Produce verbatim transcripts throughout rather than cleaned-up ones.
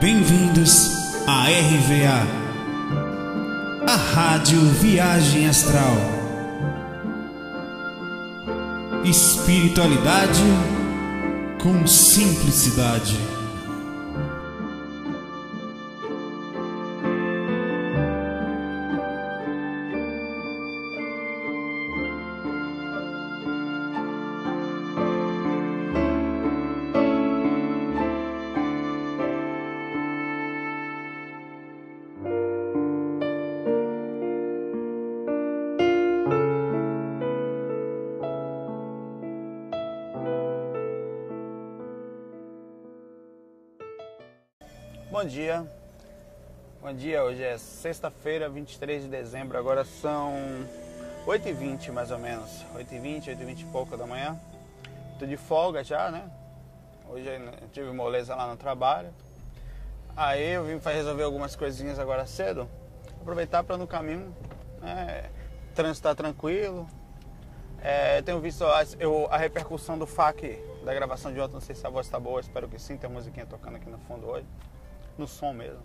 Bem-vindos à R V A, a Rádio Viagem Astral. Espiritualidade com simplicidade. Bom dia, bom dia, hoje é sexta-feira, vinte e três de dezembro, agora são oito e vinte mais ou menos, oito e vinte, oito e vinte e pouco da manhã. Tô de folga já, né? Hoje eu tive moleza lá no trabalho, aí eu vim para resolver algumas coisinhas agora cedo, aproveitar para no caminho, né, transitar tranquilo. É, tenho visto a, eu, a repercussão do F A Q da gravação de ontem, não sei se a voz está boa, espero que sim, tem uma musiquinha tocando aqui no fundo hoje. No som mesmo.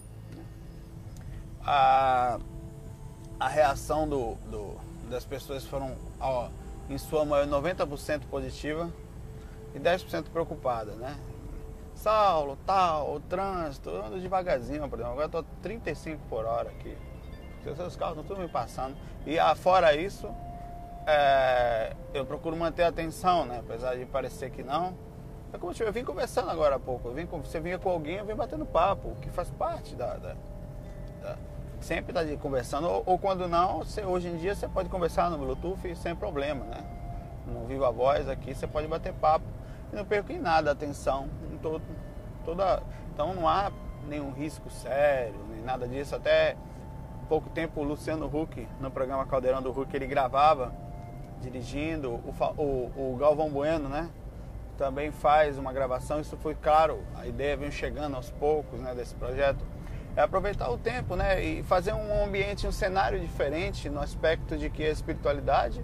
A, a reação do, do, das pessoas foram, ó, em sua maior, noventa por cento positiva e dez por cento preocupada, né? Saulo, tal, o trânsito, eu ando devagarzinho, por exemplo, agora eu tô trinta e cinco por hora aqui. Os seus carros estão tudo me passando. E ah, fora isso, é, eu procuro manter a atenção, né? Apesar de parecer que não. É como eu vim conversando agora há pouco, eu vim, você vinha com alguém, eu vim batendo papo, que faz parte da... da, da sempre tá conversando, ou, ou quando não, você, hoje em dia você pode conversar no Bluetooth sem problema, né? No Viva Voz aqui você pode bater papo e não perco em nada a atenção, em todo, toda, então não há nenhum risco sério, nem nada disso. Até pouco tempo o Luciano Huck, no programa Caldeirão do Huck, ele gravava, dirigindo, o, o, o Galvão Bueno, né? Também faz uma gravação. Isso foi claro, a ideia vem chegando aos poucos, né, desse projeto, é aproveitar o tempo, né, e fazer um ambiente, um cenário diferente, no aspecto de que a espiritualidade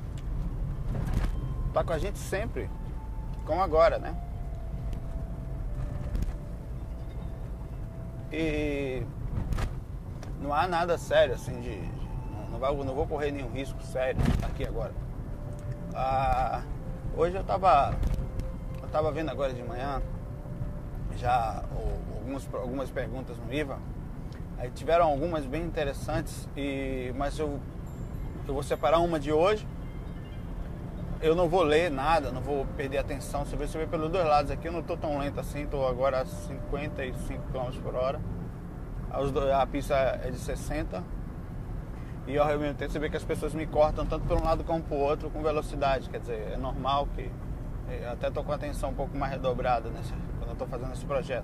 está com a gente sempre, como agora, né? E não há nada sério assim de, de não, vai, não vou correr nenhum risco sério aqui agora. Ah, hoje eu estava Eu estava vendo agora de manhã já algumas, algumas perguntas no I V A. Aí tiveram algumas bem interessantes, e, mas eu, eu vou separar uma de hoje. Eu não vou ler nada, não vou perder atenção. Você vê, você vê pelos dois lados aqui, eu não estou tão lento assim, estou agora a cinquenta e cinco quilômetros por hora. A pista é de sessenta. E ao mesmo tempo você vê que as pessoas me cortam tanto por um lado como por outro com velocidade. Quer dizer, é normal que... Eu até estou com a atenção um pouco mais redobrada nesse, quando eu estou fazendo esse projeto.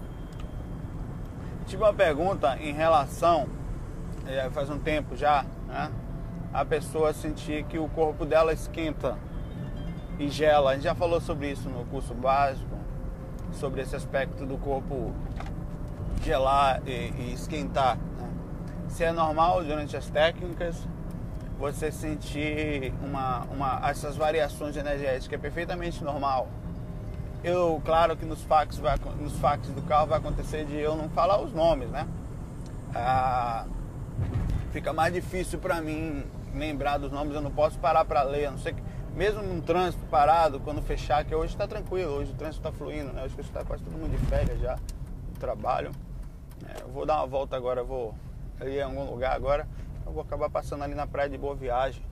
Tive uma pergunta em relação, faz um tempo já, né? A pessoa sentir que o corpo dela esquenta e gela. A gente já falou sobre isso no curso básico, sobre esse aspecto do corpo gelar e, e esquentar, né? Se é normal durante as técnicas você sentir uma, uma, essas variações energéticas, é perfeitamente normal. Eu, claro que nos fax, vai, nos fax do carro vai acontecer de eu não falar os nomes, né? Ah, fica mais difícil para mim lembrar dos nomes, eu não posso parar para ler, a não ser que, mesmo num trânsito parado, quando fechar, que hoje está tranquilo, hoje o trânsito está fluindo, né? Hoje está quase todo mundo de férias já, no trabalho. É, eu vou dar uma volta agora, eu vou ir em algum lugar agora. Eu vou acabar passando ali na praia de Boa Viagem.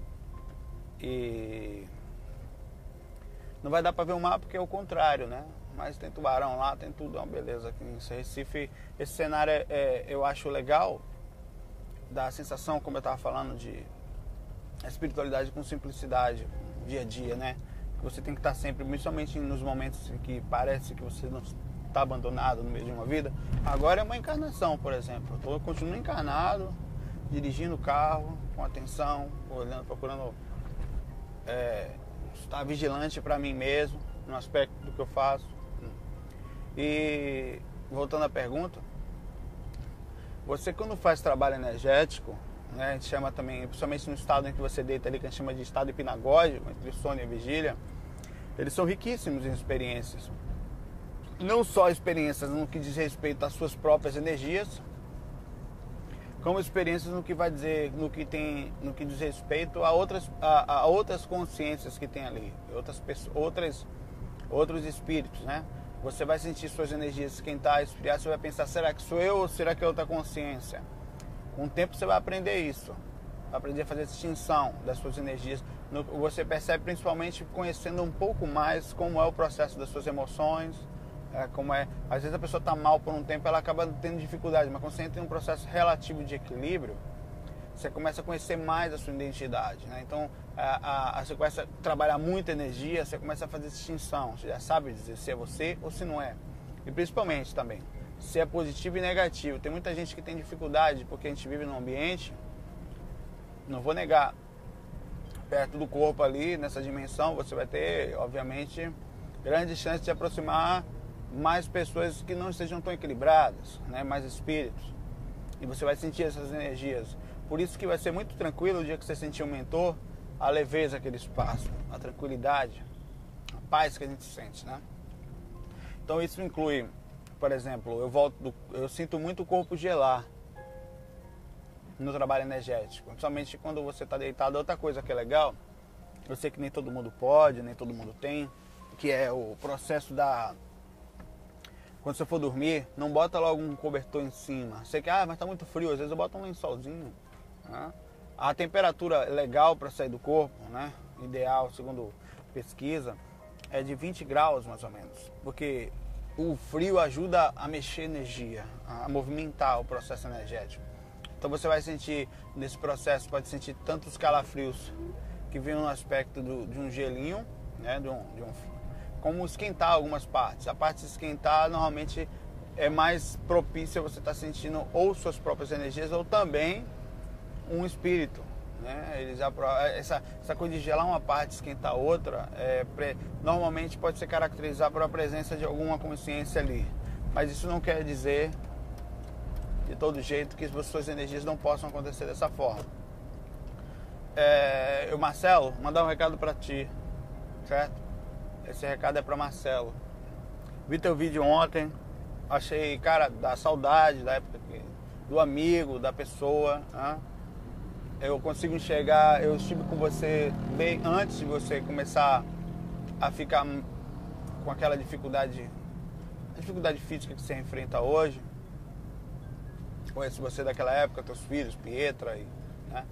E não vai dar para ver o mar porque é o contrário, né? Mas tem tubarão lá, tem tudo, é uma beleza aqui em Recife. Esse cenário é, é, eu acho legal, dá a sensação, como eu estava falando, de espiritualidade com simplicidade, dia a dia, né? Que você tem que estar sempre, principalmente nos momentos em que parece que você não está abandonado no meio de uma vida. Agora é uma encarnação, por exemplo. Eu continuo encarnado, dirigindo o carro com atenção, olhando, procurando é, estar vigilante para mim mesmo, no aspecto do que eu faço. E voltando à pergunta, você quando faz trabalho energético, né, a gente chama também, principalmente no estado em que você deita ali, que a gente chama de estado hipnagógico, entre sono e vigília, eles são riquíssimos em experiências. não só experiências no que diz respeito às suas próprias energias, como experiências no que vai dizer, no que tem, no que diz respeito a outras, a, a outras consciências que tem ali, outras pessoas, outras, outros espíritos, né? Você vai sentir suas energias esquentar, esfriar, você vai pensar, será que sou eu ou será que é outra consciência? Com o tempo você vai aprender isso, vai aprender a fazer a distinção das suas energias. Você percebe principalmente conhecendo um pouco mais como é o processo das suas emoções, é, como é. Às vezes a pessoa está mal por um tempo, ela acaba tendo dificuldade, mas quando você entra em um processo relativo de equilíbrio, você começa a conhecer mais a sua identidade, né? Então, a, a, você começa a trabalhar muita energia, você começa a fazer distinção, você já sabe dizer se é você ou se não é. E principalmente também, se é positivo e negativo. Tem muita gente que tem dificuldade porque a gente vive num ambiente, não vou negar, perto do corpo ali, nessa dimensão, você vai ter, obviamente, grandes chances de aproximar mais pessoas que não estejam tão equilibradas, né? Mais espíritos. E você vai sentir essas energias. Por isso que vai ser muito tranquilo o dia que você sentir um mentor, a leveza aquele espaço, a tranquilidade, a paz que a gente sente, né? Então isso inclui, por exemplo, eu volto do, eu sinto muito o corpo gelar no trabalho energético, principalmente quando você está deitado. Outra coisa que é legal, eu sei que nem todo mundo pode, nem todo mundo tem, que é o processo da... Quando você for dormir, não bota logo um cobertor em cima. Sei que, ah, mas tá muito frio, às vezes eu boto um lençolzinho, né? A temperatura legal para sair do corpo, né? Ideal, segundo pesquisa, é de vinte graus mais ou menos. Porque o frio ajuda a mexer energia, a movimentar o processo energético. Então você vai sentir, nesse processo, pode sentir tantos calafrios que vem no aspecto do, de um gelinho, né? De um, de um, como esquentar algumas partes. A parte de esquentar normalmente é mais propícia você estar sentindo ou suas próprias energias ou também um espírito, né? Eles, essa, essa coisa de gelar uma parte e esquentar outra, é, pre, normalmente pode ser caracterizado por a presença de alguma consciência ali. Mas isso não quer dizer, de todo jeito, que as suas energias não possam acontecer dessa forma. É, eu, Marcelo, mandar um recado para ti, certo? Esse recado é para Marcelo. Vi teu vídeo ontem, achei, cara, da saudade da época que, do amigo, da pessoa, né? Eu consigo enxergar, eu estive com você bem antes de você começar a ficar com aquela dificuldade, a dificuldade física que você enfrenta hoje. Conheço você daquela época, teus filhos, Pietra, e, né?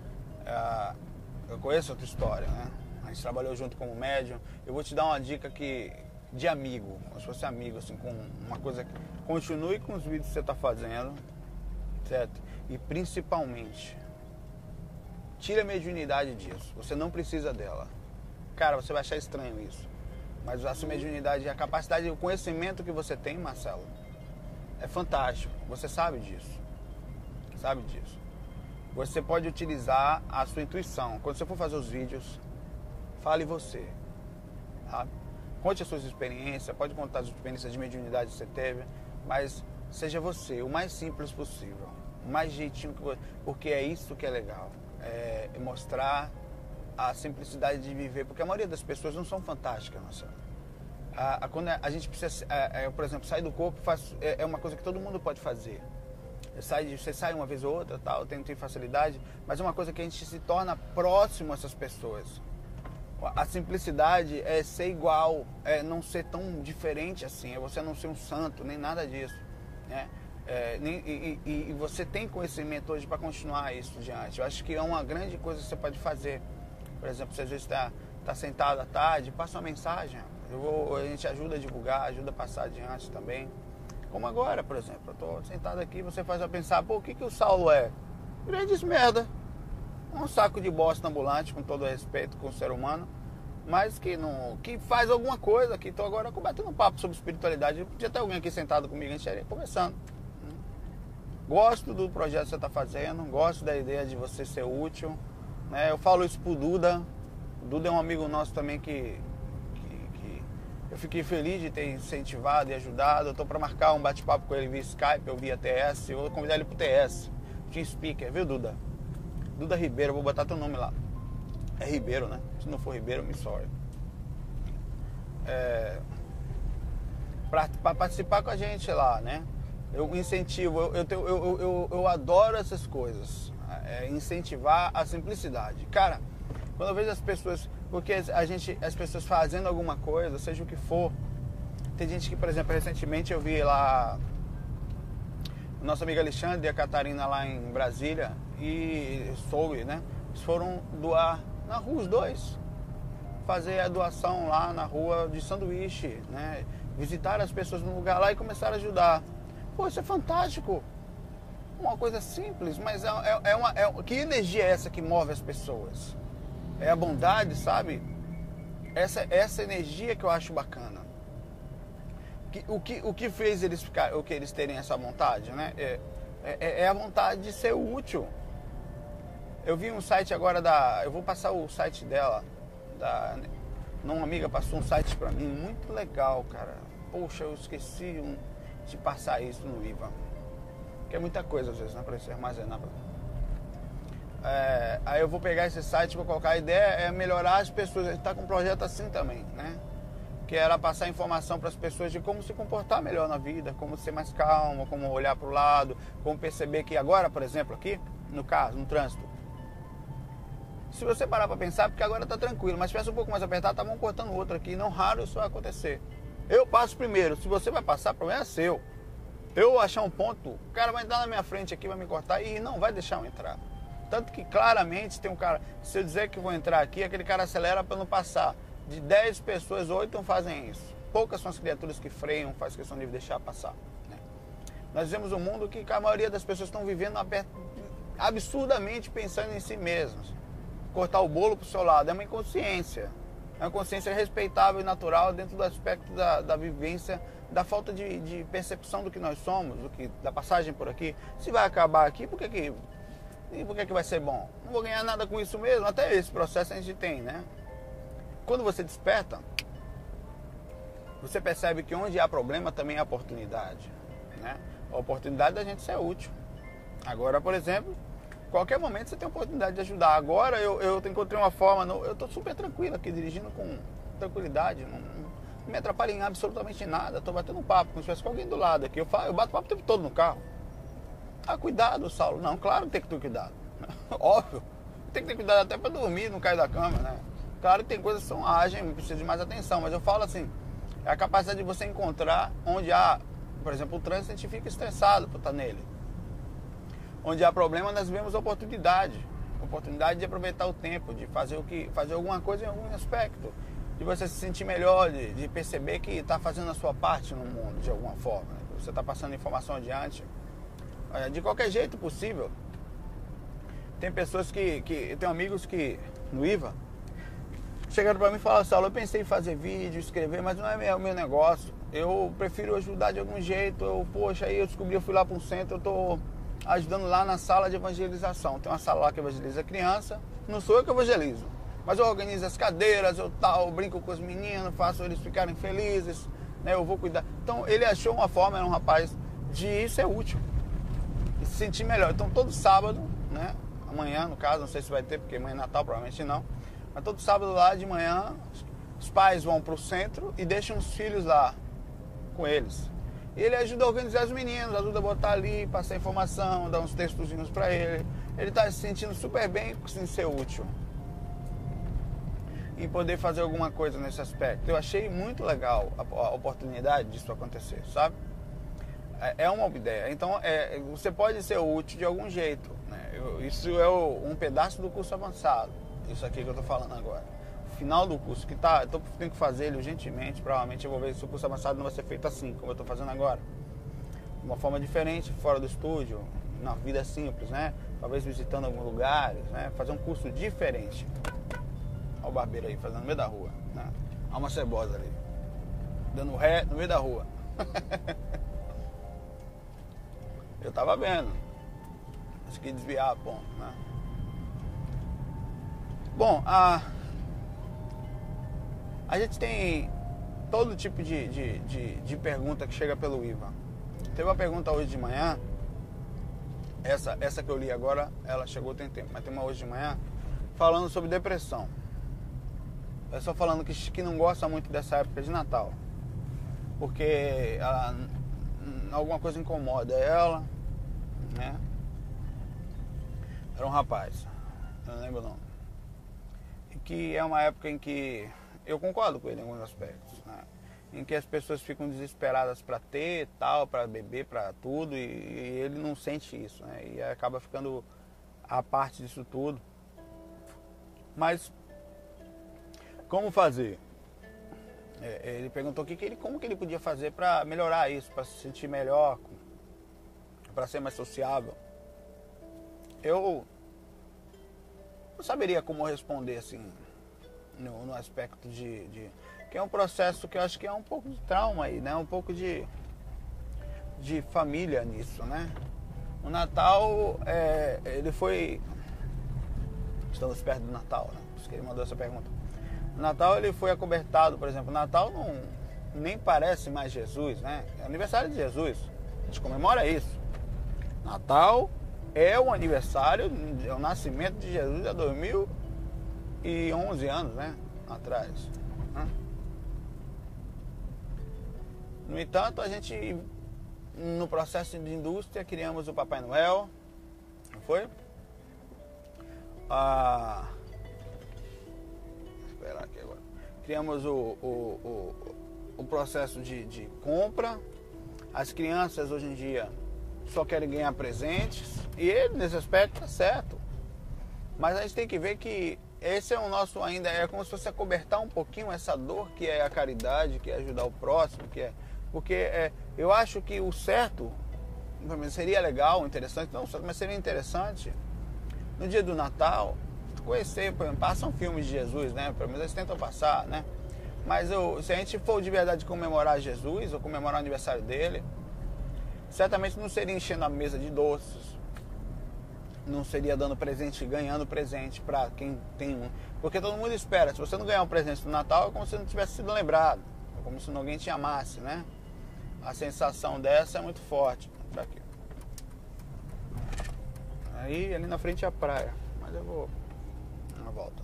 Eu conheço a tua história, né? A gente trabalhou junto como médium. Eu vou te dar uma dica que, de amigo, como se fosse amigo, assim, com uma coisa que continue com os vídeos que você está fazendo, certo? E principalmente, tira a mediunidade disso. Você não precisa dela. Cara, você vai achar estranho isso. Mas a sua mediunidade, a capacidade, o conhecimento que você tem, Marcelo, é fantástico. Você sabe disso. Sabe disso. Você pode utilizar a sua intuição. Quando você for fazer os vídeos, fale você. Sabe? Conte as suas experiências, pode contar as experiências de mediunidade que você teve, mas seja você, o mais simples possível. O mais jeitinho que você... Porque é isso que é legal. É mostrar a simplicidade de viver, porque a maioria das pessoas não são fantásticas, Marcelo. A, a, quando a gente precisa, é, é, por exemplo, sair do corpo faz, é, é uma coisa que todo mundo pode fazer. Sai de, você sai uma vez ou outra, tal, tem, tem facilidade, mas é uma coisa que a gente se torna próximo a essas pessoas. A simplicidade é ser igual, é não ser tão diferente assim, é você não ser um santo, nem nada disso, né? É, nem, e, e, e você tem conhecimento hoje para continuar isso diante. Eu acho que é uma grande coisa que você pode fazer. Por exemplo, você às vezes está tá sentado à tarde, passa uma mensagem. Eu vou, a gente ajuda a divulgar, ajuda a passar adiante também. Como agora, por exemplo, eu estou sentado aqui, você faz eu pensar, pô, o que, que o Saulo é? Grande merda. Um saco de bosta ambulante, com todo respeito com o ser humano, mas que, não, que faz alguma coisa aqui. Estou agora batendo um papo sobre espiritualidade. Podia ter alguém aqui sentado comigo, a gente estaria conversando. Gosto do projeto que você está fazendo, gosto da ideia de você ser útil, né? Eu falo isso pro Duda. O Duda é um amigo nosso também que, que, que eu fiquei feliz de ter incentivado e ajudado. Eu estou para marcar um bate-papo com ele via Skype, eu via T S. Eu vou convidar ele pro T S, Team Speaker, viu, Duda? Duda Ribeiro, vou botar teu nome lá. É Ribeiro, né? Se não for Ribeiro, me sorry. É... para participar com a gente lá, né? Eu incentivo, eu, eu, eu, eu, eu, eu adoro essas coisas, é, incentivar a simplicidade. Cara, quando eu vejo as pessoas, porque a gente, as pessoas fazendo alguma coisa, seja o que for, tem gente que, por exemplo, recentemente eu vi lá o nosso amigo Alexandre e a Catarina lá em Brasília e soube, né? Eles foram doar na rua os dois, fazer a doação lá na rua de sanduíche, né? Visitar as pessoas no lugar lá e começar a ajudar. Pô, isso é fantástico. Uma coisa simples, mas é, é, é uma... É, que energia é essa que move as pessoas? É a bondade, sabe? Essa, essa energia que eu acho bacana. Que, o, que, o que fez eles ficar, o que eles terem essa vontade, né? É, é, é a vontade de ser útil. Eu vi um site agora da... Eu vou passar o site dela. Da, uma amiga passou um site pra mim muito legal, cara. Poxa, eu esqueci um, de passar isso no I V A. Que é muita coisa às vezes, né? Pra você armazenar. É, aí eu vou pegar esse site, vou colocar a ideia, é melhorar as pessoas. A gente tá com um projeto assim também, né? Que era passar informação para as pessoas de como se comportar melhor na vida, como ser mais calmo, como olhar para o lado, como perceber que agora, por exemplo, aqui, no caso, no trânsito, se você parar para pensar, porque agora tá tranquilo, mas se tivesse um pouco mais apertado, tá um cortando o outro aqui, não raro isso vai acontecer. Eu passo primeiro, se você vai passar, o problema é seu. Eu achar um ponto, o cara vai entrar na minha frente aqui, vai me cortar e não vai deixar eu entrar. Tanto que claramente tem um cara, se eu dizer que vou entrar aqui, aquele cara acelera para não passar. De dez pessoas, oito não fazem isso. Poucas são as criaturas que freiam, faz questão de deixar passar, né? Nós vivemos um mundo que a maioria das pessoas estão vivendo absurdamente pensando em si mesmas. Cortar o bolo pro seu lado é uma inconsciência. É uma consciência respeitável e natural dentro do aspecto da, da vivência, da falta de, de percepção do que nós somos, do que, da passagem por aqui. Se vai acabar aqui, por que que, e por que que vai ser bom? Não vou ganhar nada com isso mesmo. Até esse processo a gente tem, né? Quando você desperta, você percebe que onde há problema também há oportunidade, né? A oportunidade da gente ser útil. Agora, por exemplo, qualquer momento você tem a oportunidade de ajudar. Agora eu, eu encontrei uma forma, no, eu estou super tranquilo aqui, dirigindo com tranquilidade, não, não me atrapalha em absolutamente nada. Estou batendo um papo, como se tivesse com alguém do lado aqui. Eu, falo, eu bato papo o tempo todo no carro. Ah, cuidado, Saulo. Não, claro que tem que ter cuidado. Óbvio. Tem que ter cuidado até para dormir, não cair da cama, né? Claro que tem coisas que são agem, precisa de mais atenção, mas eu falo assim, é a capacidade de você encontrar onde há, por exemplo, o trânsito, a gente fica estressado por estar nele. Onde há problema, nós vemos oportunidade, oportunidade de aproveitar o tempo, de fazer, o que, fazer alguma coisa em algum aspecto, de você se sentir melhor, de, de perceber que está fazendo a sua parte no mundo, de alguma forma, né? Você está passando informação adiante, de qualquer jeito possível. Tem pessoas que, que eu tenho amigos que, no I V A, chegaram para mim e falaram, Saulo, eu pensei em fazer vídeo, escrever, mas não é meu, meu negócio. Eu prefiro ajudar de algum jeito. Eu, poxa, aí eu descobri, eu fui lá para um centro, eu tô ajudando lá na sala de evangelização. Tem uma sala lá que evangeliza criança. Não sou eu que evangelizo, mas eu organizo as cadeiras, eu tal, eu brinco com os meninos, faço eles ficarem felizes, né? Eu vou cuidar. Então ele achou uma forma, era um rapaz, de ser útil e se sentir melhor. Então todo sábado, né? Amanhã, no caso, não sei se vai ter, porque amanhã é Natal, provavelmente não. Mas todo sábado lá de manhã, os pais vão para o centro e deixam os filhos lá com eles. E ele ajuda a organizar os meninos, ajuda a botar ali, passar informação, dar uns textozinhos para ele. Ele está se sentindo super bem em ser útil. Em poder fazer alguma coisa nesse aspecto. Eu achei muito legal a, a oportunidade disso acontecer, sabe? É, é uma ideia. Então, é, você pode ser útil de algum jeito, né? Eu, isso é o, um pedaço do curso avançado. Isso aqui que eu tô falando agora. O final do curso, que tá, eu tô, tenho que fazer ele urgentemente. Provavelmente eu vou ver se o curso avançado não vai ser feito assim, como eu tô fazendo agora. De uma forma diferente, fora do estúdio, na vida simples, né? Talvez visitando alguns lugares, né? Fazer um curso diferente. Olha o barbeiro aí, fazendo no meio da rua, né? Olha uma cebosa ali, dando ré no meio da rua. Eu tava vendo. Acho que desviar a ponta, né? Bom, a, a gente tem todo tipo de, de, de, de pergunta que chega pelo I V A. Teve uma pergunta hoje de manhã, essa, essa que eu li agora, ela chegou tem tempo, mas tem uma hoje de manhã, falando sobre depressão. É só falando que, que não gosta muito dessa época de Natal. porque ela, alguma coisa incomoda ela, né? Era um rapaz, eu não lembro o nome. E que é uma época em que eu concordo com ele em alguns aspectos, né? Em que as pessoas ficam desesperadas para ter, tal, para beber, para tudo, e, e ele não sente isso, né? E acaba ficando a parte disso tudo. Mas como fazer? É, ele perguntou que que ele, como que ele podia fazer para melhorar isso, para se sentir melhor, para ser mais sociável. Eu não saberia como responder assim, no, no aspecto de, de... que é um processo que eu acho que é um pouco de trauma aí, né? Um pouco de, de família nisso, né? O Natal, é, ele foi... Estamos perto do Natal, né? Por isso que ele mandou essa pergunta. O Natal, ele foi acobertado, por exemplo. O Natal não, nem parece mais Jesus, né? É aniversário de Jesus. A gente comemora isso. Natal é o aniversário, é o nascimento de Jesus há dois mil e onze anos, né? Atrás. Né? No entanto, a gente, no processo de indústria, criamos o Papai Noel. Não foi? Ah, esperar aqui agora. Criamos o, o, o, o processo de, de compra. As crianças hoje em dia só querem ganhar presentes. E ele, nesse aspecto, está certo. Mas a gente tem que ver que esse é o nosso ainda, é como se fosse acobertar um pouquinho essa dor que é a caridade, que é ajudar o próximo, que é... Porque é, eu acho que o certo, seria legal, interessante, não, mas seria interessante, no dia do Natal, conhecer, por exemplo, passam filmes de Jesus, né? Pelo menos eles tentam passar, né? Mas eu, se a gente for de verdade comemorar Jesus, ou comemorar o aniversário dele, certamente não seria enchendo a mesa de doces, não seria dando presente, ganhando presente para quem tem um. Porque todo mundo espera, se você não ganhar um presente no Natal, é como se não tivesse sido lembrado, é como se alguém te amasse, né? A sensação dessa é muito forte. Tá aqui. Aí ali na frente é a praia, mas eu vou na volta.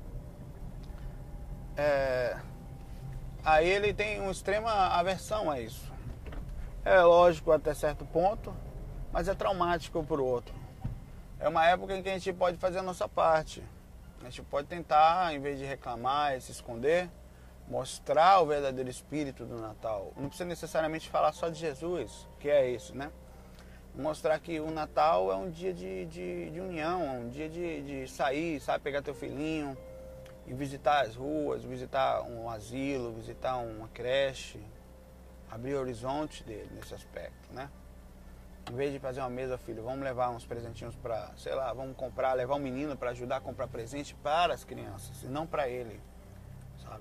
É... Aí ele tem uma extrema aversão a isso. É lógico até certo ponto, mas é traumático por outro. É uma época em que a gente pode fazer a nossa parte. A gente pode tentar, em vez de reclamar e se esconder, mostrar o verdadeiro espírito do Natal. Não precisa necessariamente falar só de Jesus, que é isso, né? Mostrar que o Natal é um dia de, de, de união, é um dia de, de sair, sabe? Pegar teu filhinho e visitar as ruas, visitar um asilo, visitar uma creche, abrir o horizonte dele nesse aspecto, né? Em vez de fazer uma mesa, filho, vamos levar uns presentinhos para, sei lá, vamos comprar, levar um menino para ajudar a comprar presente para as crianças, e não para ele, sabe?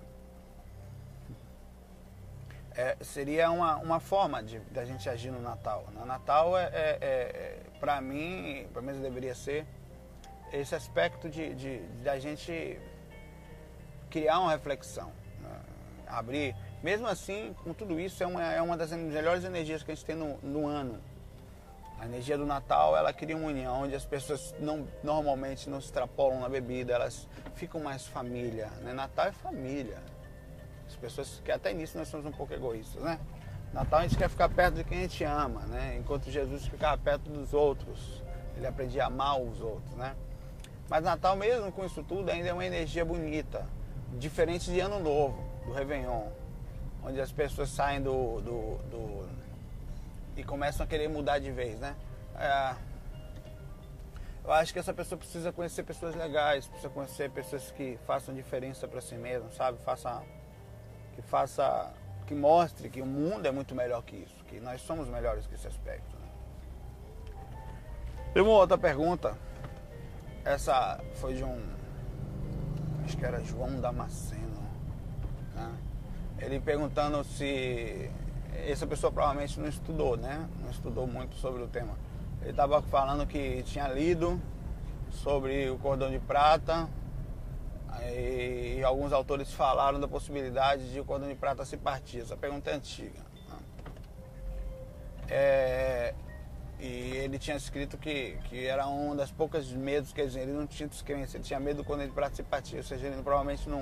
É, seria uma, uma forma de, de a gente agir no Natal. No Natal, é, é, é, para mim, pelo menos deveria ser, esse aspecto de, de, de a gente criar uma reflexão, né? Abrir. Mesmo assim, com tudo isso, é uma, é uma das melhores energias que a gente tem no, no ano. A energia do Natal, ela cria uma união onde as pessoas não, normalmente não se extrapolam na bebida, elas ficam mais família, né? Natal é família. As pessoas que até nisso nós somos um pouco egoístas, né? Natal a gente quer ficar perto de quem a gente ama, né? Enquanto Jesus ficava perto dos outros, ele aprendia a amar os outros, né? Mas Natal mesmo com isso tudo ainda é uma energia bonita, diferente de Ano Novo, do Réveillon, onde as pessoas saem do, do, do e começam a querer mudar de vez, né? É, eu acho que essa pessoa precisa conhecer pessoas legais, precisa conhecer pessoas que façam diferença para si mesmo, sabe? Faça, que faça, que mostre que o mundo é muito melhor que isso, que nós somos melhores que esse aspecto, né? Tem uma outra pergunta. Essa foi de um, acho que era João Damasceno, né? Ele perguntando se essa pessoa provavelmente não estudou, né? Não estudou muito sobre o tema. Ele estava falando que tinha lido sobre o cordão de prata e, e alguns autores falaram da possibilidade de o cordão de prata se partir. Essa pergunta é antiga, né? É, e ele tinha escrito que, que era um das poucas medos que ele, ele não tinha descrença, ele tinha medo do cordão de prata se partir, ou seja, ele provavelmente não,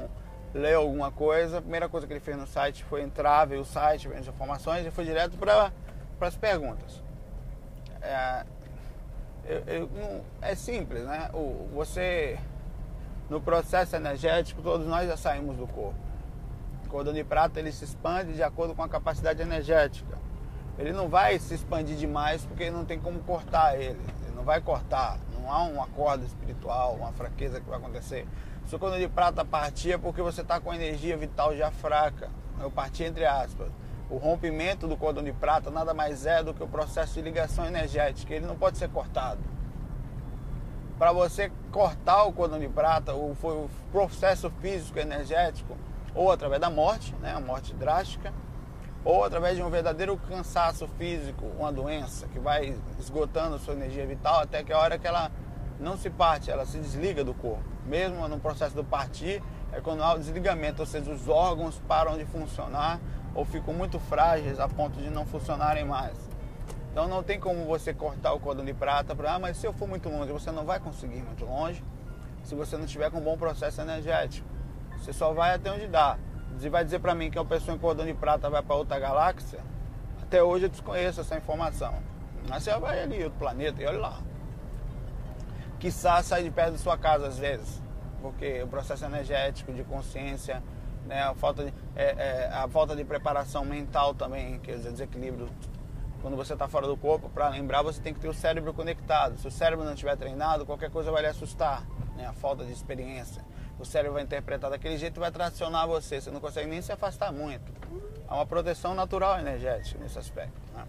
leu alguma coisa, a primeira coisa que ele fez no site foi entrar, ver o site, ver as informações e foi direto para as perguntas. É, eu, eu, não, é simples, né? O, você, no processo energético, todos nós já saímos do corpo. O cordão de prata ele se expande de acordo com a capacidade energética. Ele não vai se expandir demais porque não tem como cortar ele. Ele não vai cortar. Não há uma corda espiritual, uma fraqueza que vai acontecer. Se o cordão de prata partir é porque você está com a energia vital já fraca. Eu parti entre aspas. O rompimento do cordão de prata nada mais é do que o processo de ligação energética. Ele não pode ser cortado. Para você cortar o cordão de prata, o, o processo físico energético, ou através da morte, né, a morte drástica, ou através de um verdadeiro cansaço físico, uma doença que vai esgotando sua energia vital até que a hora que ela não se parte, ela se desliga do corpo. Mesmo no processo do partir, é quando há o desligamento, ou seja, os órgãos param de funcionar ou ficam muito frágeis a ponto de não funcionarem mais. Então não tem como você cortar o cordão de prata para, ah, mas se eu for muito longe, você não vai conseguir ir muito longe se você não tiver com um bom processo energético. Você só vai até onde dá. Você vai dizer para mim que uma pessoa em cordão de prata vai para outra galáxia? Até hoje eu desconheço essa informação. Mas você vai ali, outro planeta, e olha lá. Quiçá sair de perto da sua casa às vezes, porque o processo energético, de consciência, né, a, falta de, é, é, a falta de preparação mental também, quer dizer, desequilíbrio. Quando você está fora do corpo, para lembrar, você tem que ter o cérebro conectado. Se o cérebro não estiver treinado, qualquer coisa vai lhe assustar, né, a falta de experiência. O cérebro vai interpretar daquele jeito e vai tracionar você. Você não consegue nem se afastar muito. Há uma proteção natural energética nesse aspecto, né?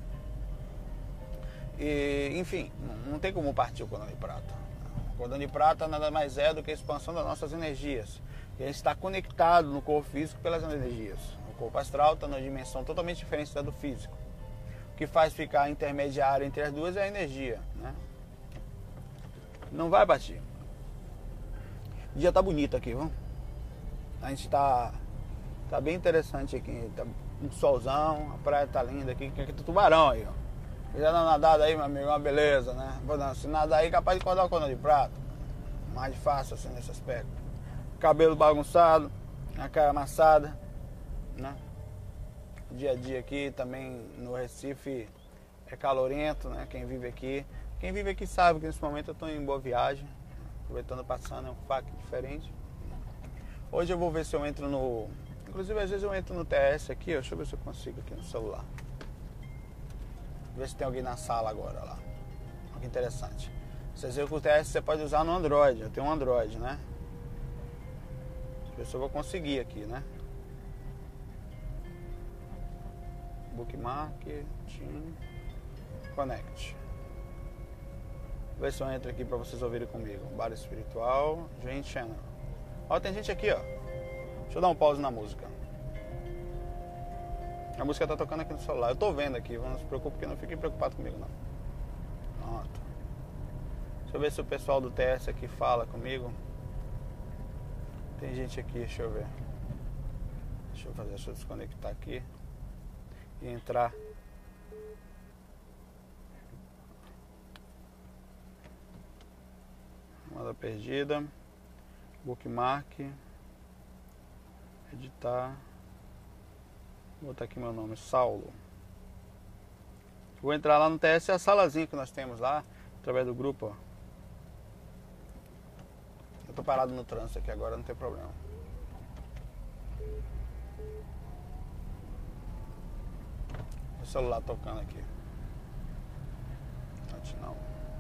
E, enfim, não, não tem como partir o cordão de prata. O cordão de prata nada mais é do que a expansão das nossas energias. E a gente está conectado no corpo físico pelas energias. O corpo astral está numa dimensão totalmente diferente da do físico. O que faz ficar intermediário entre as duas é a energia, né? Não vai partir. O dia tá bonito aqui, viu? A gente tá, tá bem interessante aqui. Tá um solzão, a praia tá linda aqui. Aqui tem tubarão aí, ó. Já dá nadada aí, meu amigo, uma beleza, né? Se nadar aí, capaz de acordar o cordão de prata. Mais fácil, assim, nesse aspecto. Cabelo bagunçado, a cara amassada, né? O dia a dia aqui também no Recife é calorento, né? Quem vive aqui. Quem vive aqui sabe que nesse momento eu tô em boa viagem. Aproveitando, passando, é um F A Q diferente. Hoje eu vou ver se eu entro no... Inclusive, às vezes eu entro no T S aqui, ó, deixa eu ver se eu consigo aqui no celular. Ver se tem alguém na sala agora lá. Olha que interessante. Vocês viram que o T S você pode usar no Android, eu tenho um Android, né? Deixa eu ver se eu vou conseguir aqui, né? Bookmark, Team, Connect. Vou ver se eu entro aqui pra vocês ouvirem comigo. Bar Espiritual, Join Channel. Ó, tem gente aqui, ó. Deixa eu dar um pause na música. A música tá tocando aqui no celular. Eu tô vendo aqui, não se preocupe, porque não fiquem preocupados comigo, não. Pronto. Deixa eu ver se o pessoal do T S aqui fala comigo. Tem gente aqui, deixa eu ver. Deixa eu fazer, deixa eu desconectar aqui. E entrar. Chamada perdida, bookmark, editar, vou botar aqui meu nome, Saulo. Vou entrar lá no T S, é a salazinha que nós temos lá, através do grupo, ó. Eu tô parado no trânsito aqui agora, não tem problema. O celular tocando aqui. Não.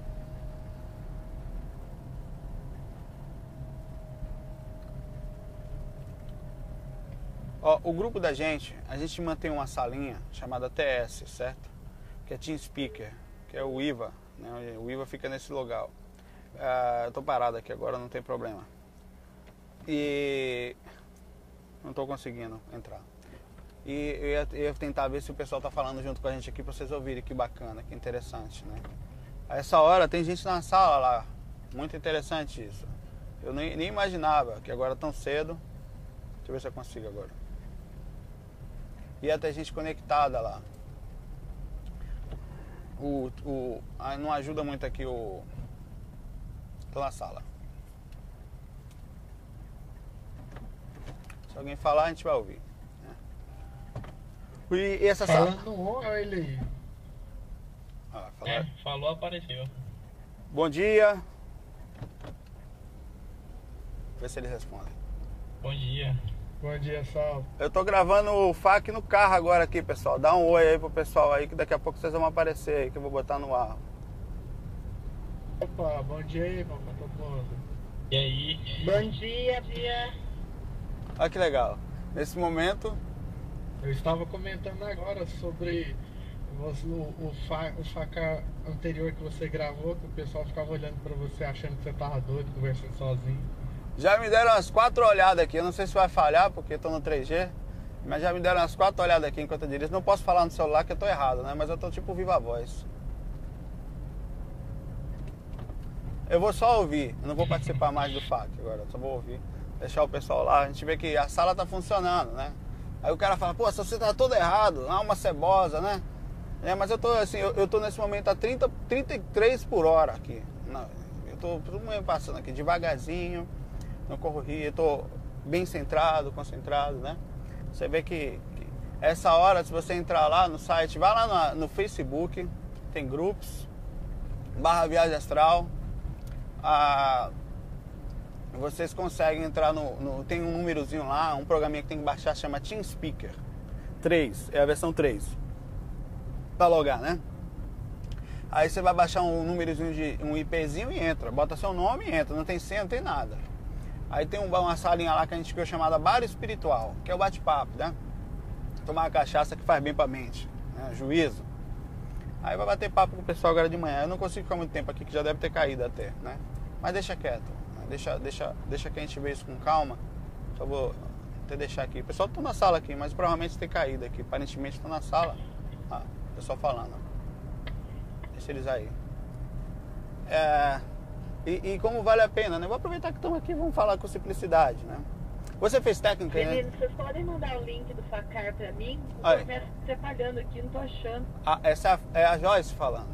Ó, o grupo da gente, a gente mantém uma salinha chamada T S, certo? Que é Team Speaker, que é o I V A, né? O I V A fica nesse local. Uh, eu tô parado aqui agora, não tem problema. E não tô conseguindo entrar. E eu ia, eu ia tentar ver se o pessoal tá falando junto com a gente aqui pra vocês ouvirem, que bacana, que interessante, né? A essa hora tem gente na sala lá, muito interessante isso. Eu nem, nem imaginava que agora tão cedo. Deixa eu ver se eu consigo agora. Ia ter gente conectada lá. O, o, não ajuda muito aqui o... Tô na sala. Só alguém falar, a gente vai ouvir. E, e essa Falando sala... no on, olha ele aí. Ah, falar... É, falou, apareceu. Bom dia. Vê se ele responde. Bom dia. Bom dia, Sal. Eu tô gravando o F A Q no carro agora aqui, pessoal. Dá um oi aí pro pessoal aí, que daqui a pouco vocês vão aparecer aí, que eu vou botar no ar. Opa, bom dia aí, pra todo mundo. E aí? Bom dia, dia. Olha que legal. Nesse momento... Eu estava comentando agora sobre você, o, o, fa, o faca anterior que você gravou, que o pessoal ficava olhando pra você achando que você tava doido, conversando sozinho. Já me deram umas quatro olhadas aqui. Eu não sei se vai falhar, porque eu tô no três G. Mas já me deram umas quatro olhadas aqui enquanto eu dirijo. Não posso falar no celular que eu tô errado, né? Mas eu tô tipo viva voz. Eu vou só ouvir. Eu não vou participar mais do F A Q agora. Eu só vou ouvir. Deixar o pessoal lá. A gente vê que a sala tá funcionando, né? Aí o cara fala, pô, você tá todo errado. Ah, uma cebosa, né? É, mas eu tô assim, eu, eu tô nesse momento a trinta, trinta e três por hora aqui. Não, eu tô tudo meio passando aqui devagarzinho. Não corro rio, eu tô bem centrado, concentrado, né? Você vê que, que essa hora, se você entrar lá no site, vai lá no, no Facebook, tem grupos, barra Viagem Astral, ah, vocês conseguem entrar no, no... Tem um númerozinho lá, um programinha que tem que baixar, chama TeamSpeaker três, é a versão três, pra logar, né? Aí você vai baixar um númerozinho de um IPzinho e entra, bota seu nome e entra, não tem senha, não tem nada. Aí tem uma salinha lá que a gente criou chamada Bar Espiritual, que é o bate-papo, né? Tomar uma cachaça que faz bem pra mente, né? Juízo. Aí vai bater papo com o pessoal agora de manhã. Eu não consigo ficar muito tempo aqui, que já deve ter caído até, né? Mas deixa quieto, né? deixa, deixa, deixa que a gente vê isso com calma. Só vou até deixar aqui. O pessoal tá na sala aqui, mas provavelmente tem caído aqui. Aparentemente estão na sala. Ah, o pessoal falando. Deixa eles aí. É... E, e como vale a pena, né? Vou aproveitar que estão aqui e vamos falar com simplicidade, né? Você fez técnica, né? Meninos, vocês podem mandar o link do Facar pra mim? O Aí. projeto tá falhando aqui, não tô achando. Ah, essa é a, é a Joyce falando.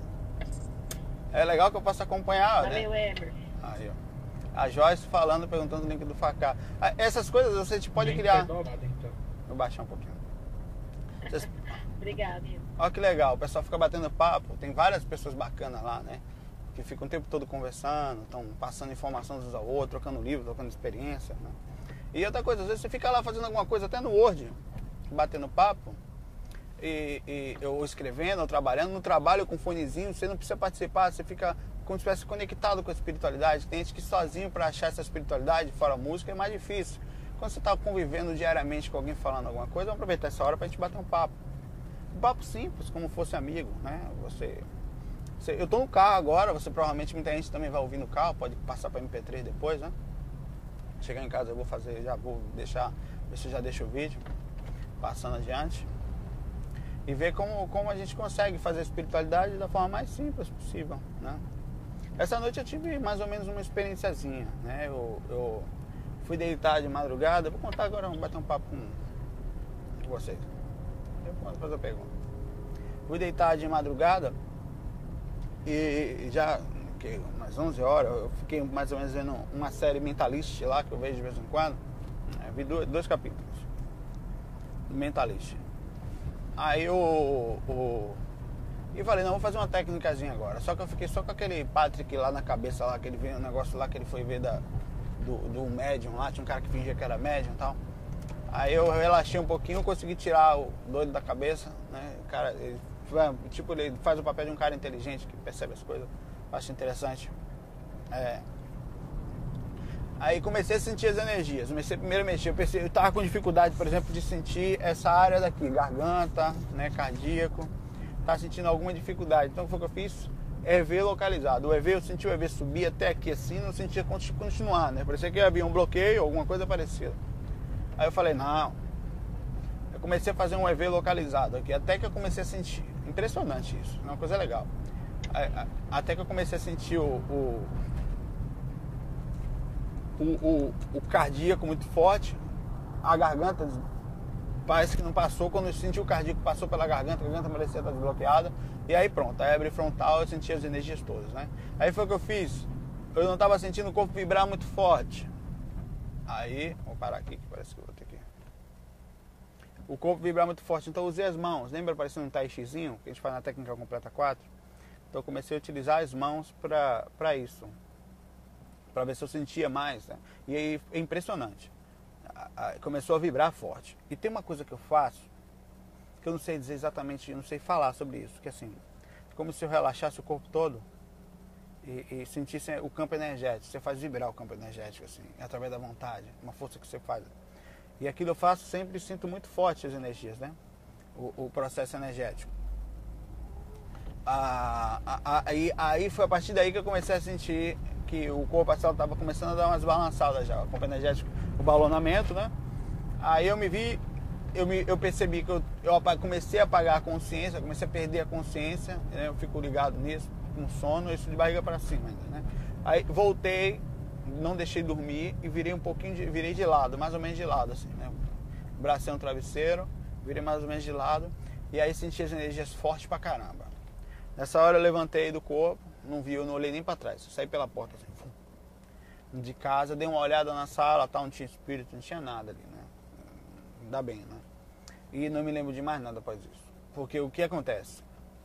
É legal que eu possa acompanhar, Tá né? meio Emer. Aí, ó. A Joyce falando, perguntando o link do Facar. Ah, essas coisas você te pode Nem criar. foi dobrado, então. Vou baixar um pouquinho. Vocês... Obrigada, Ian. Olha que legal, o pessoal fica batendo papo. Tem várias pessoas bacanas lá, né? Que ficam o tempo todo conversando, estão passando informação uns ao outros, trocando livro, trocando experiência, né? E outra coisa, às vezes você fica lá fazendo alguma coisa até no Word, batendo papo, e, e eu escrevendo, ou trabalhando, no trabalho com fonezinho, você não precisa participar, você fica como se estivesse conectado com a espiritualidade. Tem gente que sozinho para achar essa espiritualidade, fora a música, é mais difícil. Quando você está convivendo diariamente com alguém falando alguma coisa, vamos aproveitar essa hora para a gente bater um papo. Um papo simples, como fosse amigo, né? Você... Eu estou no carro agora, você provavelmente, muita gente também vai ouvir no carro, pode passar para M P três depois, né? Chegar em casa eu vou fazer, já vou deixar, ver se eu já deixo o vídeo, passando adiante. E ver como, como a gente consegue fazer a espiritualidade da forma mais simples possível, né? Essa noite eu tive mais ou menos uma experienciazinha, né? Eu, eu fui deitar de madrugada, vou contar agora, vamos bater um papo com vocês. Eu posso fazer a pergunta. Fui deitar de madrugada, e já que umas onze horas, eu fiquei mais ou menos vendo uma série Mentalist lá, que eu vejo de vez em quando. Eu vi dois, dois capítulos do Mentalist. Aí o, o... E falei, não, vou fazer uma técnicazinha agora. Só que eu fiquei só com aquele Patrick lá na cabeça, lá, que ele veio um negócio lá que ele foi ver da, do, do médium lá, tinha um cara que fingia que era médium e tal. Aí eu relaxei um pouquinho, consegui tirar o doido da cabeça, né? O cara, ele, tipo, ele faz o papel de um cara inteligente que percebe as coisas. Acho interessante. É. Aí comecei a sentir as energias. Comecei primeiro a mexer. Eu, pensei, eu tava com dificuldade, por exemplo, de sentir essa área daqui, garganta, né, cardíaco. Tava sentindo alguma dificuldade. Então o que foi que eu fiz? E V localizado. O E V, eu senti o E V subir até aqui assim, não sentia continuar, né? Parecia que havia um bloqueio, alguma coisa parecida. Aí eu falei, não. Eu comecei a fazer um E V localizado aqui, até que eu comecei a sentir. Impressionante isso, é uma coisa legal. Até que eu comecei a sentir o, o, o, o, o cardíaco muito forte, a garganta parece que não passou. Quando eu senti o cardíaco passou pela garganta, a garganta parecia estar desbloqueada, e aí pronto, aí abri frontal, eu senti as energias todas, né? Aí foi o que eu fiz, eu não estava sentindo o corpo vibrar muito forte. Aí, vou parar aqui, que parece que eu vou ter que... o corpo vibrar muito forte. Então eu usei as mãos, lembra parecendo um tai chizinho, que a gente faz na técnica completa quatro? Então eu comecei a utilizar as mãos para isso, para ver se eu sentia mais, né? E aí é impressionante, começou a vibrar forte. E tem uma coisa que eu faço, que eu não sei dizer exatamente, eu não sei falar sobre isso, que assim, como se eu relaxasse o corpo todo e, e sentisse o campo energético. Você faz vibrar o campo energético, assim, através da vontade, uma força que você faz. E aquilo eu faço sempre, sinto muito forte as energias, né? O, o processo energético. Ah, aí, aí foi a partir daí que eu comecei a sentir que o corpo astral estava começando a dar umas balançadas já, o campo energético, o balonamento, né? Aí eu me vi, eu, me, eu percebi que eu, eu comecei a apagar a consciência, comecei a perder a consciência, né? Eu fico ligado nisso, com sono, isso de barriga para cima ainda, né? Aí voltei, não deixei dormir e virei um pouquinho, de, virei de lado, mais ou menos de lado, assim, né? Bracei no travesseiro, virei mais ou menos de lado, e aí senti as energias fortes pra caramba. Nessa hora eu levantei do corpo, não vi, eu não olhei nem para trás, eu saí pela porta assim, fum, de casa, dei uma olhada na sala, tal, não tinha espírito, não tinha nada ali, né? Ainda bem, né? E não me lembro de mais nada após isso. Porque o que acontece?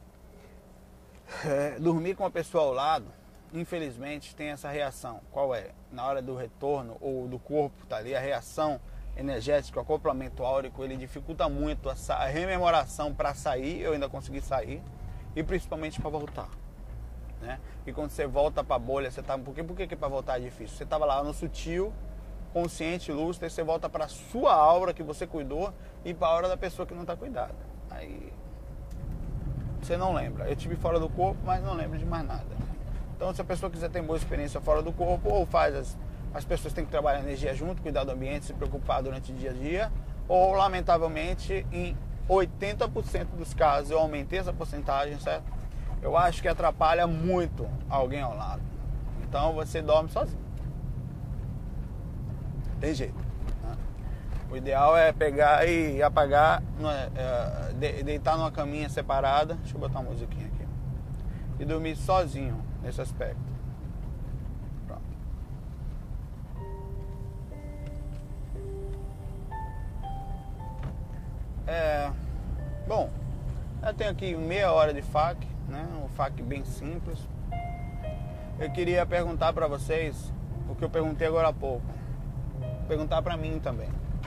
É, dormir com uma pessoa ao lado, infelizmente, tem essa reação. Qual é? Na hora do retorno, ou do corpo, tá ali, a reação energética, o acoplamento áurico, ele dificulta muito a, a rememoração para sair, eu ainda consegui sair, e principalmente para voltar, né? E quando você volta para a bolha, você tá, por que, por que, que para voltar é difícil? Você estava lá no sutil, consciente, lúcido, aí você volta para a sua aura que você cuidou e para a aura da pessoa que não está cuidada. Aí você não lembra. Eu tive fora do corpo, mas não lembro de mais nada. Então, se a pessoa quiser ter boa experiência fora do corpo, ou faz as, as pessoas têm que trabalhar energia junto, cuidar do ambiente, se preocupar durante o dia a dia, ou lamentavelmente em oitenta por cento dos casos eu aumentei essa porcentagem, certo? Eu acho que atrapalha muito alguém ao lado. Então você dorme sozinho. Tem jeito, né? O ideal é pegar e apagar, é, de, deitar numa caminha separada. Deixa eu botar uma musiquinha aqui. E dormir sozinho nesse aspecto. Pronto. É, bom, eu tenho aqui meia hora de F A Q, né? Um F A Q bem simples. Eu queria perguntar para vocês o que eu perguntei agora há pouco. Perguntar para mim também.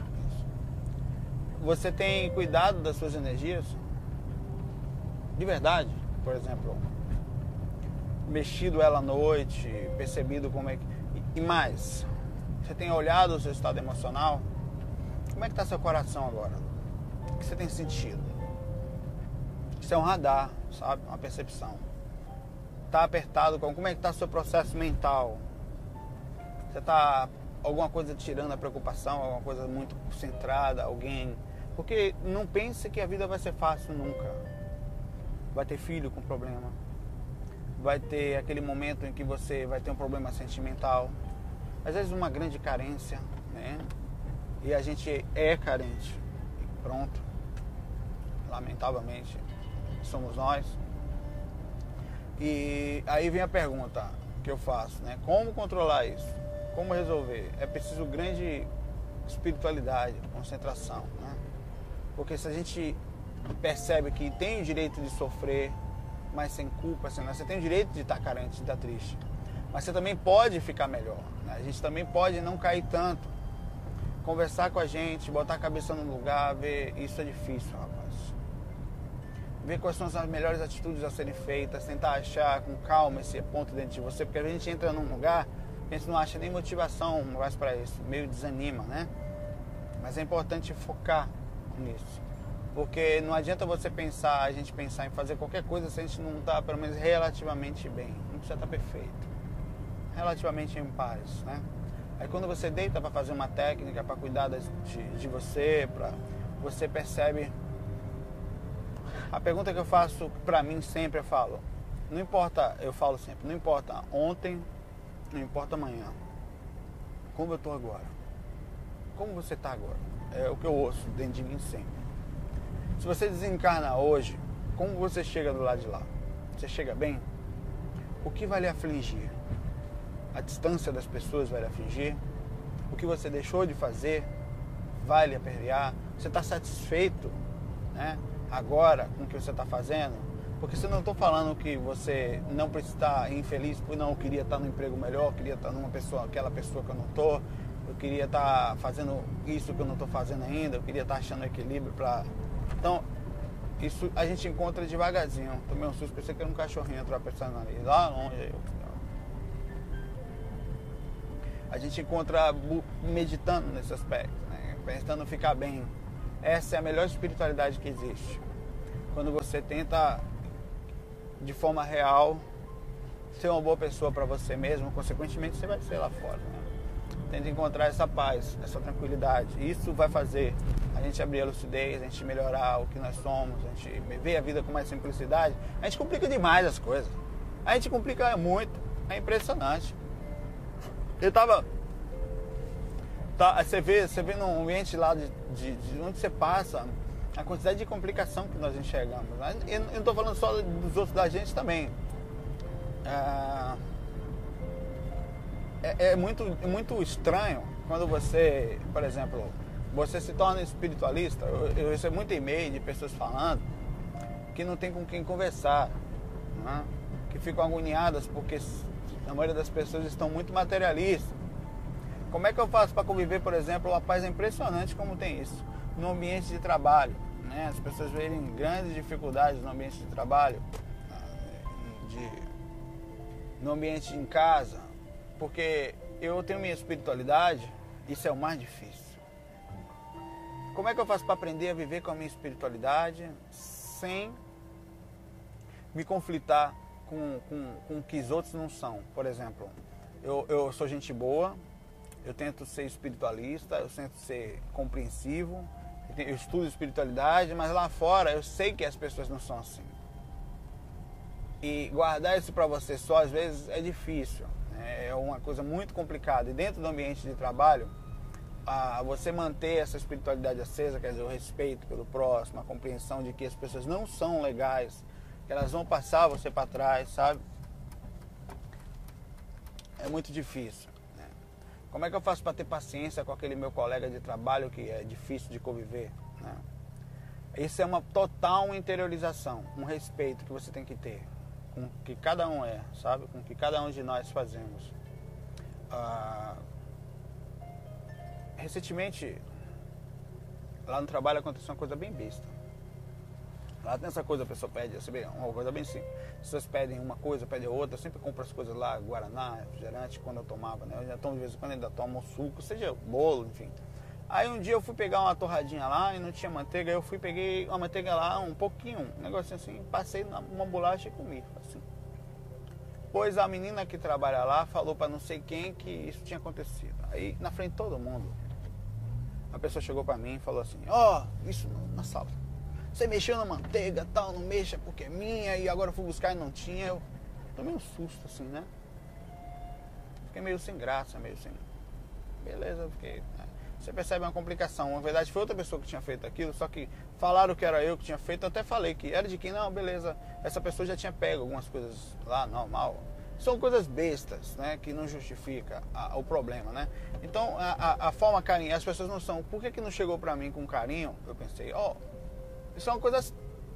Você tem cuidado das suas energias? De verdade, por exemplo, mexido ela à noite, percebido como é que... E mais, você tem olhado o seu estado emocional? Como é que está seu coração agora? O que você tem sentido? Isso é um radar, sabe? Uma percepção. Está apertado, como é que está seu processo mental? Você está alguma coisa tirando a preocupação, alguma coisa muito centrada, alguém... Porque não pense que a vida vai ser fácil nunca. Vai ter filho com problema. Vai ter aquele momento em que você vai ter um problema sentimental. Às vezes uma grande carência, né? E a gente é carente. Pronto. Lamentavelmente, somos nós. E aí vem a pergunta que eu faço, né? Como controlar isso? Como resolver? É preciso grande espiritualidade, concentração, né? Porque se a gente percebe que tem o direito de sofrer, mas sem culpa, assim, né? Você tem o direito de estar carente, de estar triste. Mas você também pode ficar melhor, né? A gente também pode não cair tanto. Conversar com a gente, botar a cabeça no lugar, ver... Isso é difícil, rapaz. Ver quais são as melhores atitudes a serem feitas, tentar achar com calma esse ponto dentro de você, porque a gente entra num lugar, a gente não acha nem motivação mais para isso, meio desanima, né? Mas é importante focar nisso, porque não adianta você pensar, a gente pensar em fazer qualquer coisa se a gente não está pelo menos relativamente bem, não precisa estar perfeito, relativamente em paz, né? Aí quando você deita para fazer uma técnica, para cuidar de, de você, pra, você percebe. A pergunta que eu faço para mim sempre, eu falo, não importa, eu falo sempre, não importa ontem, não importa amanhã, como eu estou agora, como você está agora. É o que eu ouço dentro de mim sempre. Se você desencarna hoje, como você chega do lado de lá? Você chega bem? O que vai lhe afligir? A distância das pessoas vai lhe afligir? O que você deixou de fazer? vai lhe aperrear? Você está satisfeito, né, agora com o que você está fazendo? Porque se eu não estou falando que você não precisa estar infeliz, porque não, eu queria estar num emprego melhor, eu queria estar numa pessoa, aquela pessoa que eu não estou, eu queria estar fazendo isso que eu não estou fazendo ainda, eu queria estar achando equilíbrio para... Então, isso a gente encontra devagarzinho. Tomei um susto, pensei que era um cachorrinho atravessando ali, lá longe. Eu... A gente encontra meditando nesse aspecto, né? Tentando ficar bem. Essa é a melhor espiritualidade que existe. Quando você tenta, de forma real, ser uma boa pessoa para você mesmo, consequentemente você vai ser lá fora, né? Tenta encontrar essa paz, essa tranquilidade. Isso vai fazer a gente abrir a lucidez, a gente melhorar o que nós somos, a gente ver a vida com mais simplicidade. A gente complica demais as coisas. A gente complica muito. É impressionante. Eu tava... Tá, você vê, você vê num ambiente lá de, de, de onde você passa, a quantidade de complicação que nós enxergamos. Eu não estou falando só dos outros, da gente também. É, é, é muito, é muito estranho quando você, por exemplo, você se torna espiritualista. Eu, eu recebo muito e-mail de pessoas falando que não tem com quem conversar, né? Que ficam agoniadas porque a maioria das pessoas estão muito materialistas. Como é que eu faço para conviver, por exemplo? O paz é impressionante como tem isso no ambiente de trabalho, né? As pessoas verem grandes dificuldades no ambiente de trabalho, de, no ambiente em casa, porque eu tenho minha espiritualidade, isso é o mais difícil. Como é que eu faço para aprender a viver com a minha espiritualidade sem me conflitar com, com, com o que os outros não são? Por exemplo, eu, eu sou gente boa, eu tento ser espiritualista, eu tento ser compreensivo, eu estudo espiritualidade, mas lá fora eu sei que as pessoas não são assim. E guardar isso para você só às vezes é difícil, é uma coisa muito complicada. E dentro do ambiente de trabalho, a você manter essa espiritualidade acesa, quer dizer, o respeito pelo próximo, a compreensão de que as pessoas não são legais, que elas vão passar você para trás, sabe? É muito difícil. Como é que eu faço para ter paciência com aquele meu colega de trabalho que é difícil de conviver, né? Isso é uma total interiorização, um respeito que você tem que ter com o que cada um é, sabe? Com o que cada um de nós fazemos. Ah, recentemente, lá no trabalho aconteceu uma coisa bem besta. Lá tem essa coisa, a pessoa pede, uma coisa bem simples. As pessoas pedem uma coisa, pedem outra. Eu sempre compro as coisas lá, Guaraná, refrigerante, quando eu tomava, né? Eu já tomo de vez em quando, ainda tomo suco, seja bolo, enfim. Aí um dia eu fui pegar uma torradinha lá e não tinha manteiga. Aí eu fui, peguei uma manteiga lá, um pouquinho, um negocinho assim, passei numa bolacha e comi, assim. Pois a menina que trabalha lá falou para não sei quem que isso tinha acontecido. Aí, na frente de todo mundo, a pessoa chegou para mim e falou assim: ó, oh, isso na sala. Você mexeu na manteiga, tal, não mexa porque é minha, e agora eu fui buscar e não tinha. Eu tomei um susto assim, né? Fiquei meio sem graça, meio sem... Beleza, eu fiquei... Né? Você percebe uma complicação. Na verdade foi outra pessoa que tinha feito aquilo, só que falaram que era eu que tinha feito. Eu até falei que era de quem, não, beleza. Essa pessoa já tinha pego algumas coisas lá, normal. São coisas bestas, né? Que não justifica a, o problema, né? Então, a, a, a forma carinho, as pessoas não são... Por que que não chegou pra mim com carinho? Eu pensei, ó... Oh, isso é uma coisa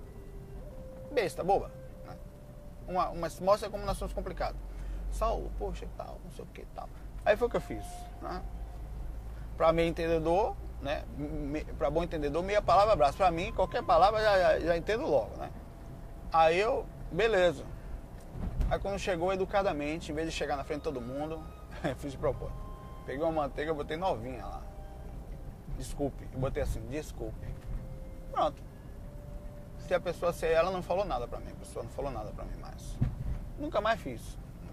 besta, boba, né? uma, uma, mostra como nós somos complicados. Saulo, poxa, tal, não sei o que, tal. Aí foi o que eu fiz, né? Para meio entendedor, né? Para bom entendedor, meia palavra abraço. Para mim, qualquer palavra já, já, já entendo logo, né? Aí eu, beleza. Aí quando chegou educadamente, em vez de chegar na frente de todo mundo, fiz de propósito. Peguei uma manteiga, botei novinha lá. Desculpe, eu botei assim, desculpe. Pronto. Se a pessoa, se ela não falou nada pra mim, a pessoa não falou nada pra mim mais. Nunca mais fiz.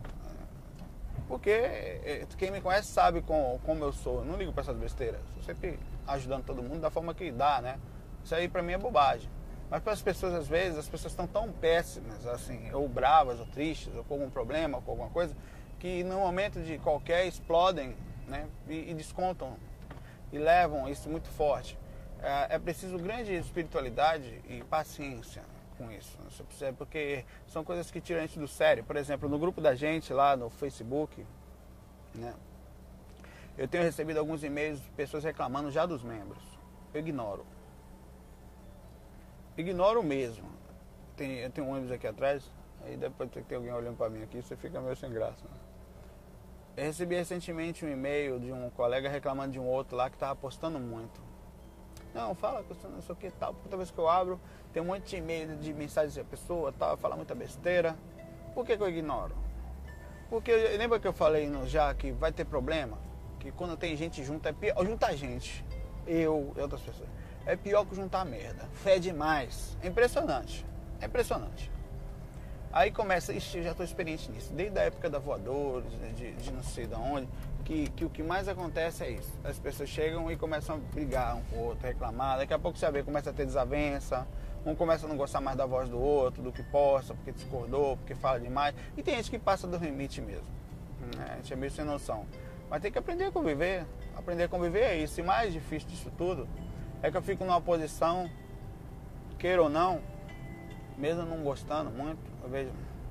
Porque quem me conhece sabe como, como eu sou. Eu não ligo pra essas besteiras. Estou sempre ajudando todo mundo da forma que dá, né? Isso aí pra mim é bobagem. Mas para as pessoas, às vezes, as pessoas estão tão péssimas, assim, ou bravas, ou tristes, ou com algum problema, ou com alguma coisa, que no momento de qualquer explodem, né? E, e descontam. E levam isso muito forte. É preciso grande espiritualidade e paciência com isso, você percebe? Porque são coisas que tiram a gente do sério. Por exemplo, no grupo da gente lá no Facebook, né? Eu tenho recebido alguns e-mails de pessoas reclamando já dos membros. Eu ignoro. Ignoro mesmo. Tem, eu tenho um ônibus aqui atrás, aí depois tem que ter alguém olhando para mim aqui, você fica meio sem graça. Né? Eu recebi recentemente um e-mail de um colega reclamando de um outro lá que estava postando muito. Não, fala que eu não sei o que tal, porque toda vez que eu abro, tem um monte de e-mail de mensagens da pessoa, tal, fala muita besteira. Por que, que eu ignoro? Porque lembra que eu falei no, já que vai ter problema? Que quando tem gente junto é pior. Juntar gente, eu e outras pessoas, é pior que juntar merda. Fede mais. É impressionante. É impressionante. Aí começa, ixi, eu já estou experiente nisso, desde a época da voadores, de, de não sei de onde, que, que o que mais acontece é isso. As pessoas chegam e começam a brigar um com o outro, reclamar, daqui a pouco você vê, começa a ter desavença, um começa a não gostar mais da voz do outro, do que posta, porque discordou, porque fala demais, e tem gente que passa do limite mesmo, né? A gente é meio sem noção. Mas tem que aprender a conviver, aprender a conviver é isso, e mais difícil disso tudo é que eu fico numa posição, queira ou não, mesmo não gostando muito, eu vejo,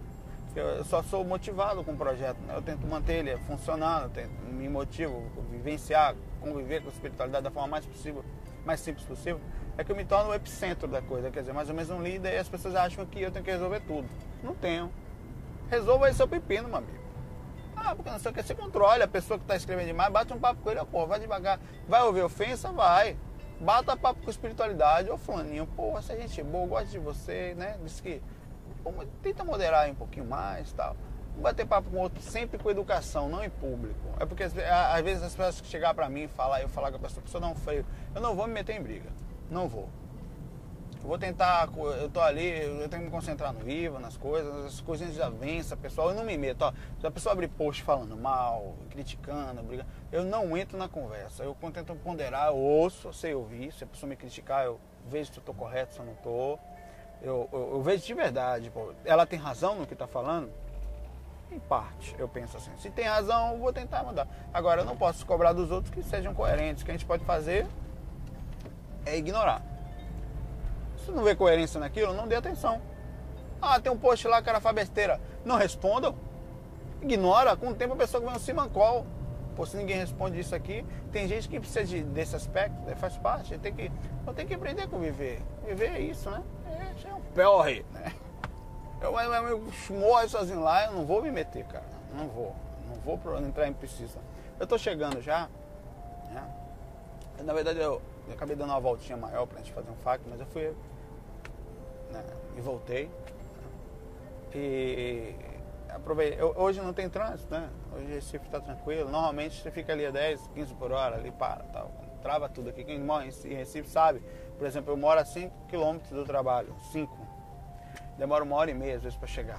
eu só sou motivado com o projeto, né? Eu tento manter ele funcionando, eu tento, me motivo, vivenciar, conviver com a espiritualidade da forma mais possível, mais simples possível, é que eu me torno o epicentro da coisa, quer dizer, mais ou menos um líder, e as pessoas acham que eu tenho que resolver tudo. Não tenho. Resolva aí seu pepino, meu amigo. Ah, porque não sei o que, você controla a pessoa que está escrevendo demais, bate um papo com ele, pô, vai devagar, vai ouvir ofensa, vai. Bata papo com espiritualidade, ô fulaninho, pô, essa gente é boa, gosto de você, né? Diz que pô, tenta moderar aí um pouquinho mais e tal. Bater papo com o outro sempre com educação, não em público. É porque às vezes as pessoas que chegar pra mim e falar, eu falar com a pessoa, a pessoa dá um freio. Eu não vou me meter em briga, não vou. Eu vou tentar, eu tô ali, eu tenho que me concentrar no vivo, nas coisas, as coisinhas de avança, pessoal, eu não me meto, ó. Se a pessoa abrir post falando mal, criticando, brigando, eu não entro na conversa, eu tento ponderar, eu ouço, eu sei ouvir, se a pessoa me criticar, eu vejo se eu tô correto, se eu não tô, eu, eu, eu vejo de verdade, pô, ela tem razão no que tá falando? Em parte, eu penso assim, se tem razão, eu vou tentar mudar. Agora, eu não posso cobrar dos outros que sejam coerentes, o que a gente pode fazer é ignorar. Se não vê coerência naquilo, não dê atenção. Ah, tem um post lá, cara faz besteira. Não respondam. Ignora. Com o tempo a pessoa vai um simancol. Pô, se ninguém responde isso aqui, tem gente que precisa de, desse aspecto, faz parte. Tem que, eu tenho que aprender a conviver. Viver é isso, né? É, é um perre, né? Eu, eu, eu morro sozinho lá, eu não vou me meter, cara. Não vou. Não vou entrar em precisa. Eu tô chegando já, né? Na verdade, eu, eu acabei dando uma voltinha maior pra gente fazer um F A Q, mas eu fui... Né, e voltei, e aproveitei. Eu, hoje não tem trânsito, né? Hoje Recife está tranquilo. Normalmente você fica ali a dez, quinze por hora, ali para, tal, trava tudo aqui. Quem mora em Recife sabe. Por exemplo, eu moro a cinco quilômetros do trabalho, cinco. Demora uma hora e meia às vezes para chegar.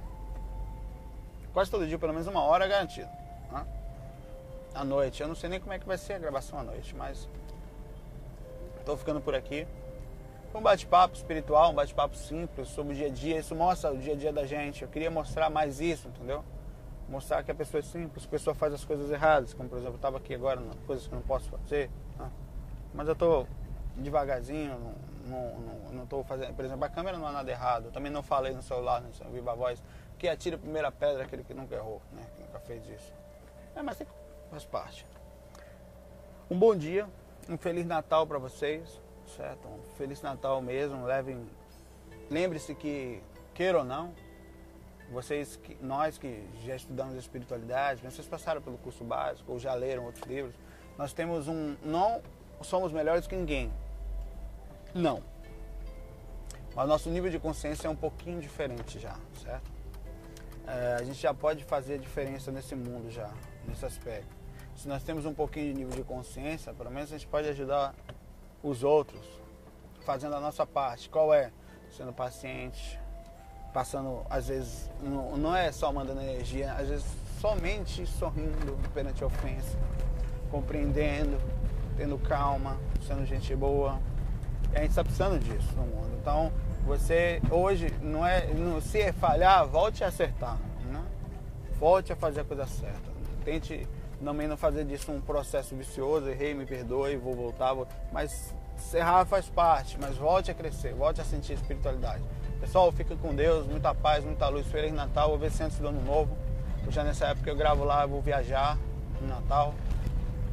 Quase todo dia, pelo menos uma hora é garantido, né? À noite, eu não sei nem como é que vai ser a gravação à noite, mas estou ficando por aqui. Um bate-papo espiritual, um bate-papo simples sobre o dia a dia. Isso mostra o dia a dia da gente. Eu queria mostrar mais isso, entendeu? Mostrar que a pessoa é simples, que a pessoa faz as coisas erradas. Como, por exemplo, eu estava aqui agora, coisas que eu não posso fazer. Né? Mas eu estou devagarzinho, não estou fazendo... Por exemplo, a câmera não há nada errado. Eu também não falei no celular, no Viva Voz, que atira a primeira pedra aquele que nunca errou, né? Que nunca fez isso. É, mas faz parte. Um bom dia, um Feliz Natal para vocês. Certo? Um Feliz Natal mesmo, levem, lembre-se que, queira ou não, vocês, que, nós que já estudamos espiritualidade, vocês passaram pelo curso básico ou já leram outros livros, nós temos um, não somos melhores que ninguém, não, mas nosso nível de consciência é um pouquinho diferente já, certo? É, a gente já pode fazer a diferença nesse mundo já, nesse aspecto. Se nós temos um pouquinho de nível de consciência, pelo menos a gente pode ajudar os outros, fazendo a nossa parte. Qual é? Sendo paciente, passando, às vezes, não, não é só mandando energia, às vezes somente sorrindo perante a ofensa, compreendendo, tendo calma, sendo gente boa. E a gente está precisando disso no mundo. Então, você hoje, não é, não, se é falhar, volte a acertar, né? Volte a fazer a coisa certa. Tente também não fazer disso um processo vicioso, errei, me perdoe, vou voltar, vou... mas errar faz parte, mas volte a crescer, volte a sentir a espiritualidade. Pessoal, fica com Deus, muita paz, muita luz, Feliz Natal, vou ver se antes do Ano Novo, já nessa época eu gravo lá, eu vou viajar no Natal,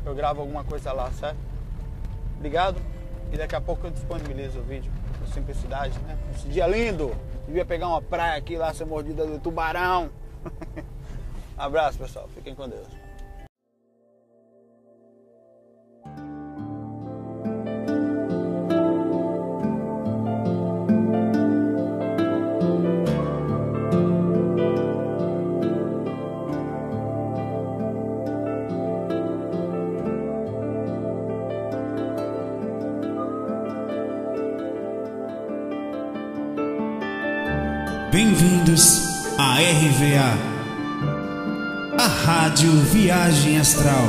eu gravo alguma coisa lá, certo? Obrigado. E daqui a pouco eu disponibilizo o vídeo com simplicidade, né? Esse dia lindo. Devia pegar uma praia aqui lá, ser mordida do tubarão. Abraço, pessoal. Fiquem com Deus. Bem-vindos à R V A, a Rádio Viagem Astral.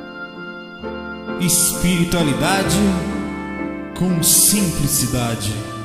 Espiritualidade com simplicidade.